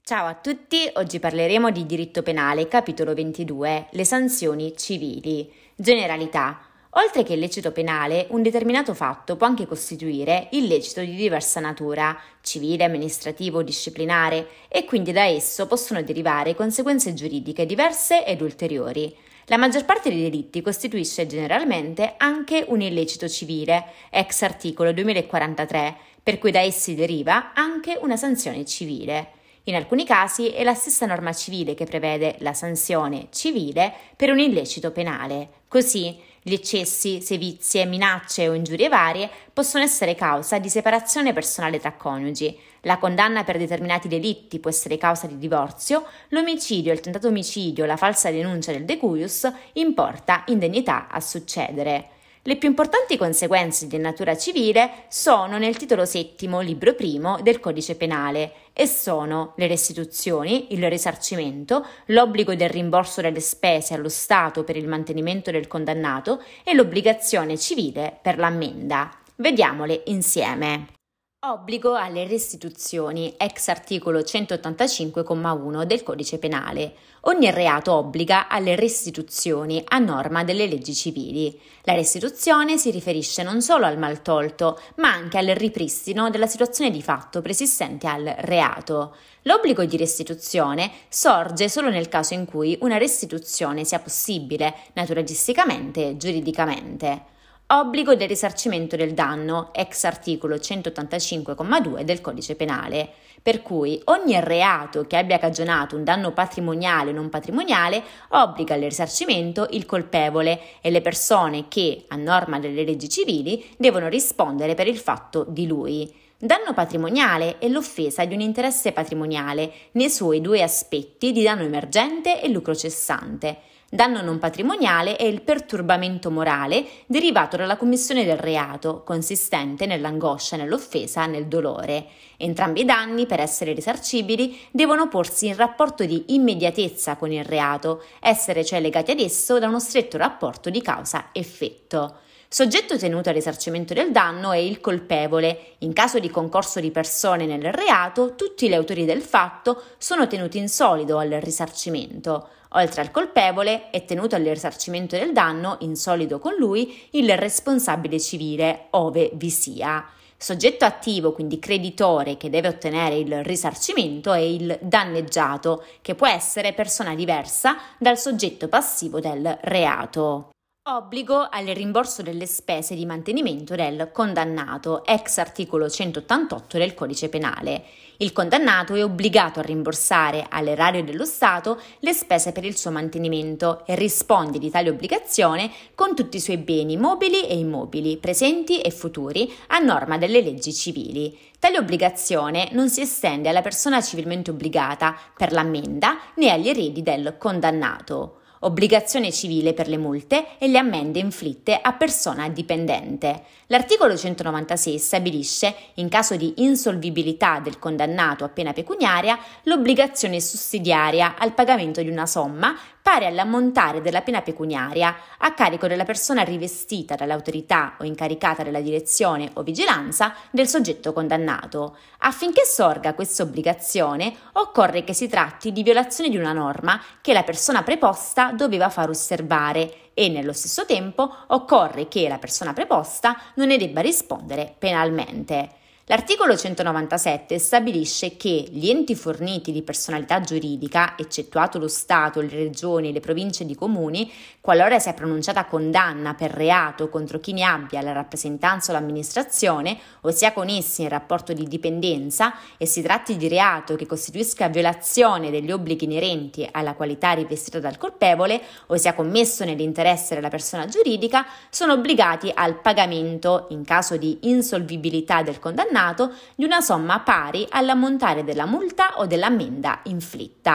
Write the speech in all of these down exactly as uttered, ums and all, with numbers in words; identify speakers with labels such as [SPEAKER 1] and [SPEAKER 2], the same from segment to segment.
[SPEAKER 1] Ciao a tutti, oggi parleremo di diritto penale, capitolo ventidue, le sanzioni civili. Generalità. Oltre che illecito penale, un determinato fatto può anche costituire illecito di diversa natura, civile, amministrativo, disciplinare, e quindi da esso possono derivare conseguenze giuridiche diverse ed ulteriori. La maggior parte dei delitti costituisce generalmente anche un illecito civile, ex articolo duemilaquarantatré, per cui da essi deriva anche una sanzione civile. In alcuni casi è la stessa norma civile che prevede la sanzione civile per un illecito penale. Così, gli eccessi, sevizie, minacce o ingiurie varie possono essere causa di separazione personale tra coniugi. La condanna per determinati delitti può essere causa di divorzio, l'omicidio, il tentato omicidio, la falsa denuncia del decuius importa indennità a succedere. Le più importanti conseguenze di natura civile sono nel titolo settimo, libro primo del Codice Penale e sono le restituzioni, il risarcimento, l'obbligo del rimborso delle spese allo Stato per il mantenimento del condannato e l'obbligazione civile per l'ammenda. Vediamole insieme. Obbligo alle restituzioni, ex articolo centottantacinque comma uno del Codice Penale. Ogni reato obbliga alle restituzioni a norma delle leggi civili. La restituzione si riferisce non solo al maltolto, ma anche al ripristino della situazione di fatto preesistente al reato. L'obbligo di restituzione sorge solo nel caso in cui una restituzione sia possibile, naturalisticamente e giuridicamente. Obbligo del risarcimento del danno, ex articolo centottantacinque comma due del Codice Penale, per cui ogni reato che abbia cagionato un danno patrimoniale o non patrimoniale obbliga al risarcimento il colpevole e le persone che, a norma delle leggi civili, devono rispondere per il fatto di lui. Danno patrimoniale è l'offesa di un interesse patrimoniale nei suoi due aspetti di danno emergente e lucro cessante. Danno non patrimoniale è il perturbamento morale derivato dalla commissione del reato, consistente nell'angoscia, nell'offesa, nel dolore. Entrambi i danni, per essere risarcibili, devono porsi in rapporto di immediatezza con il reato, essere cioè legati ad esso da uno stretto rapporto di causa-effetto. Soggetto tenuto al risarcimento del danno è il colpevole. In caso di concorso di persone nel reato, tutti gli autori del fatto sono tenuti in solido al risarcimento. Oltre al colpevole, è tenuto al risarcimento del danno, in solido con lui, il responsabile civile, ove vi sia. Soggetto attivo, quindi creditore, che deve ottenere il risarcimento, è il danneggiato, che può essere persona diversa dal soggetto passivo del reato. Obbligo al rimborso delle spese di mantenimento del condannato, ex articolo centottantotto del Codice Penale. Il condannato è obbligato a rimborsare all'erario dello Stato le spese per il suo mantenimento e risponde di tale obbligazione con tutti i suoi beni mobili e immobili, presenti e futuri, a norma delle leggi civili. Tale obbligazione non si estende alla persona civilmente obbligata per l'ammenda né agli eredi del condannato. Obbligazione civile per le multe e le ammende inflitte a persona dipendente. L'articolo centonovantasei stabilisce, in caso di insolvibilità del condannato a pena pecuniaria, l'obbligazione sussidiaria al pagamento di una somma pari all'ammontare della pena pecuniaria a carico della persona rivestita dall'autorità o incaricata della direzione o vigilanza del soggetto condannato. Affinché sorga questa obbligazione, occorre che si tratti di violazione di una norma che la persona preposta doveva far osservare e, nello stesso tempo, occorre che la persona preposta non ne debba rispondere penalmente. L'articolo centonovantasette stabilisce che gli enti forniti di personalità giuridica, eccettuato lo Stato, le regioni e le province di comuni, qualora sia pronunciata condanna per reato contro chi ne abbia la rappresentanza o l'amministrazione o sia con essi in rapporto di dipendenza e si tratti di reato che costituisca violazione degli obblighi inerenti alla qualità rivestita dal colpevole o sia commesso nell'interesse della persona giuridica, sono obbligati al pagamento, in caso di insolvibilità del condannato, di una somma pari all'ammontare della multa o dell'ammenda inflitta.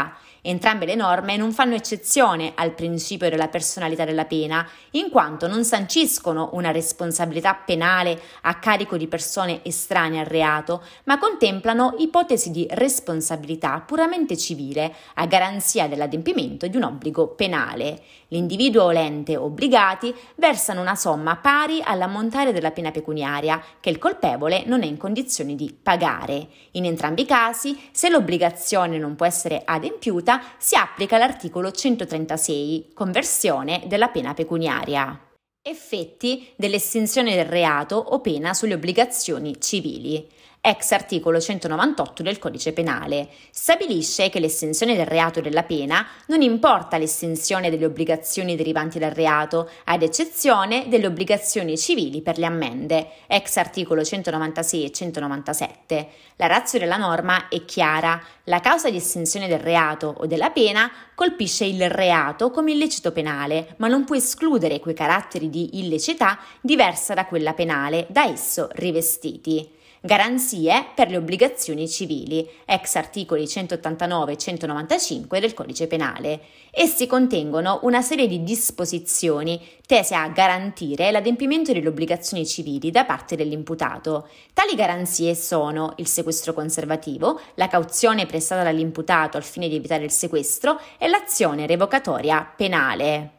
[SPEAKER 1] Entrambe le norme non fanno eccezione al principio della personalità della pena, in quanto non sanciscono una responsabilità penale a carico di persone estranee al reato, ma contemplano ipotesi di responsabilità puramente civile a garanzia dell'adempimento di un obbligo penale. L'individuo o l'ente obbligati versano una somma pari all'ammontare della pena pecuniaria che il colpevole non è in condizioni di pagare. In entrambi i casi, se l'obbligazione non può essere adempiuta, si applica l'articolo centotrentasei, conversione della pena pecuniaria. Effetti dell'estinzione del reato o pena sulle obbligazioni civili. Ex articolo centonovantotto del Codice Penale, stabilisce che l'estensione del reato o della pena non importa l'estensione delle obbligazioni derivanti dal reato, ad eccezione delle obbligazioni civili per le ammende, ex articolo centonovantasei e centonovantasette. La ratio della norma è chiara: la causa di estensione del reato o della pena colpisce il reato come illecito penale, ma non può escludere quei caratteri di illiceità diversa da quella penale da esso rivestiti. Garanzie per le obbligazioni civili, ex articoli centottantanove e centonovantacinque del Codice Penale. Essi contengono una serie di disposizioni tese a garantire l'adempimento delle obbligazioni civili da parte dell'imputato. Tali garanzie sono il sequestro conservativo, la cauzione prestata dall'imputato al fine di evitare il sequestro e l'azione revocatoria penale.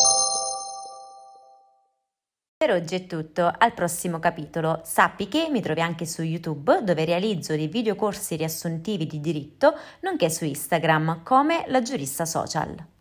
[SPEAKER 1] Per oggi è tutto, al prossimo capitolo. Sappi che mi trovi anche su YouTube, dove realizzo dei videocorsi riassuntivi di diritto, nonché su Instagram come La Giurista Social.